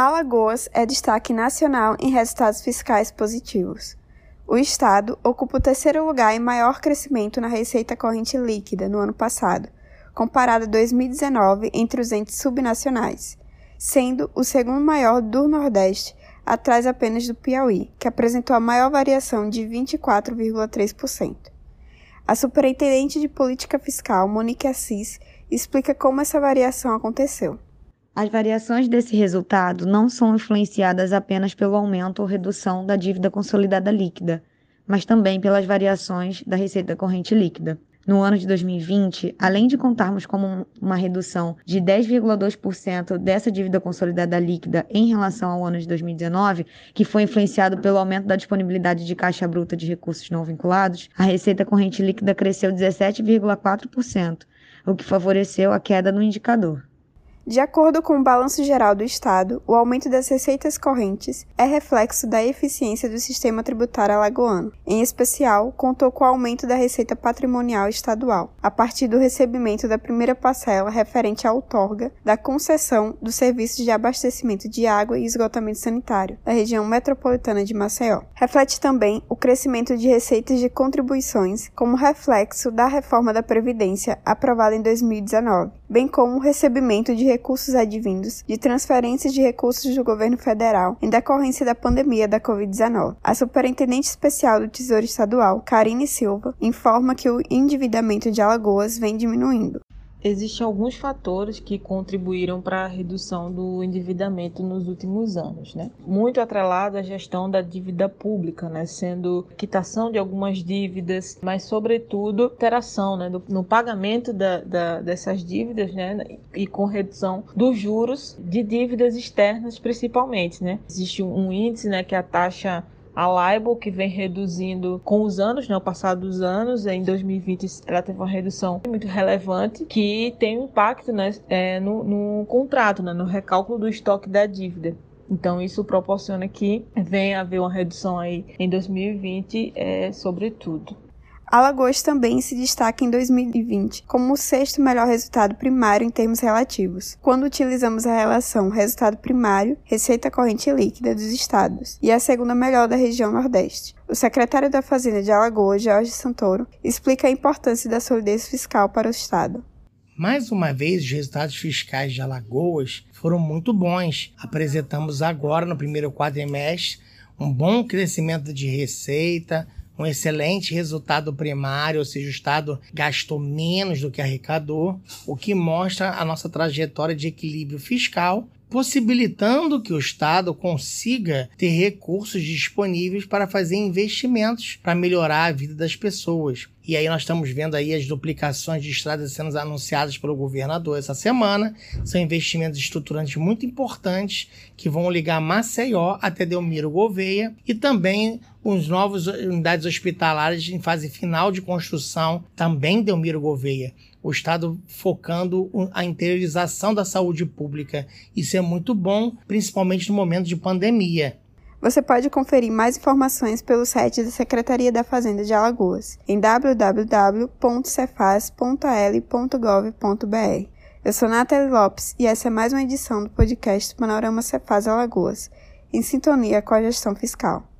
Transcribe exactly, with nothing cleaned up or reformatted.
Alagoas é destaque nacional em resultados fiscais positivos. O estado ocupa o terceiro lugar em maior crescimento na receita corrente líquida no ano passado, comparado a dois mil e dezenove entre os entes subnacionais, sendo o segundo maior do Nordeste, atrás apenas do Piauí, que apresentou a maior variação de vinte e quatro vírgula três por cento. A superintendente de política fiscal, Monique Assis, explica como essa variação aconteceu. As variações desse resultado não são influenciadas apenas pelo aumento ou redução da dívida consolidada líquida, mas também pelas variações da receita corrente líquida. No ano de dois mil e vinte, além de contarmos com uma redução de dez vírgula dois por cento dessa dívida consolidada líquida em relação ao ano de dois mil e dezenove, que foi influenciado pelo aumento da disponibilidade de caixa bruta de recursos não vinculados, a receita corrente líquida cresceu dezessete vírgula quatro por cento, o que favoreceu a queda no indicador. De acordo com o Balanço Geral do Estado, o aumento das receitas correntes é reflexo da eficiência do sistema tributário alagoano. Em especial, contou com o aumento da receita patrimonial estadual, a partir do recebimento da primeira parcela referente à outorga da concessão dos serviços de abastecimento de água e esgotamento sanitário da região metropolitana de Maceió. Reflete também o crescimento de receitas de contribuições como reflexo da reforma da Previdência aprovada em dois mil e dezenove, bem como o recebimento de recursos advindos de transferências de recursos do governo federal em decorrência da pandemia da covid dezenove. A superintendente especial do Tesouro Estadual, Karine Silva, informa que o endividamento de Alagoas vem diminuindo. Existem alguns fatores que contribuíram para a redução do endividamento nos últimos anos, né? Muito atrelado à gestão da dívida pública, né? Sendo quitação de algumas dívidas, mas sobretudo alteração, né? Do, no pagamento da, da, dessas dívidas, né? E com redução dos juros de dívidas externas principalmente, né? Existe um índice, né? Que é a taxa a LIBOR, que vem reduzindo com os anos, né, o passar dos anos. Em dois mil e vinte ela teve uma redução muito relevante que tem um impacto, né, é, no, no contrato, né, no recálculo do estoque da dívida. Então isso proporciona que venha haver uma redução aí em dois mil e vinte, é, sobretudo. Alagoas também se destaca em dois mil e vinte como o sexto melhor resultado primário em termos relativos, quando utilizamos a relação resultado primário, receita corrente líquida dos estados, e a segunda melhor da região Nordeste. O secretário da Fazenda de Alagoas, Jorge Santoro, explica a importância da solidez fiscal para o estado. Mais uma vez, os resultados fiscais de Alagoas foram muito bons. Apresentamos agora, no primeiro quadrimestre, um bom crescimento de receita, um excelente resultado primário, ou seja, o Estado gastou menos do que arrecadou, o que mostra a nossa trajetória de equilíbrio fiscal, possibilitando que o Estado consiga ter recursos disponíveis para fazer investimentos para melhorar a vida das pessoas. E aí nós estamos vendo aí as duplicações de estradas sendo anunciadas pelo governador essa semana. São investimentos estruturantes muito importantes que vão ligar Maceió até Delmiro Gouveia, e também os novos unidades hospitalares em fase final de construção, também Delmiro Gouveia. O Estado focando a interiorização da saúde pública. Isso é muito bom, principalmente no momento de pandemia. Você pode conferir mais informações pelo site da Secretaria da Fazenda de Alagoas, em w w w ponto cefaz ponto a l ponto gov ponto b r. Eu sou Nathalie Lopes e essa é mais uma edição do podcast Panorama Cefaz Alagoas, em sintonia com a gestão fiscal.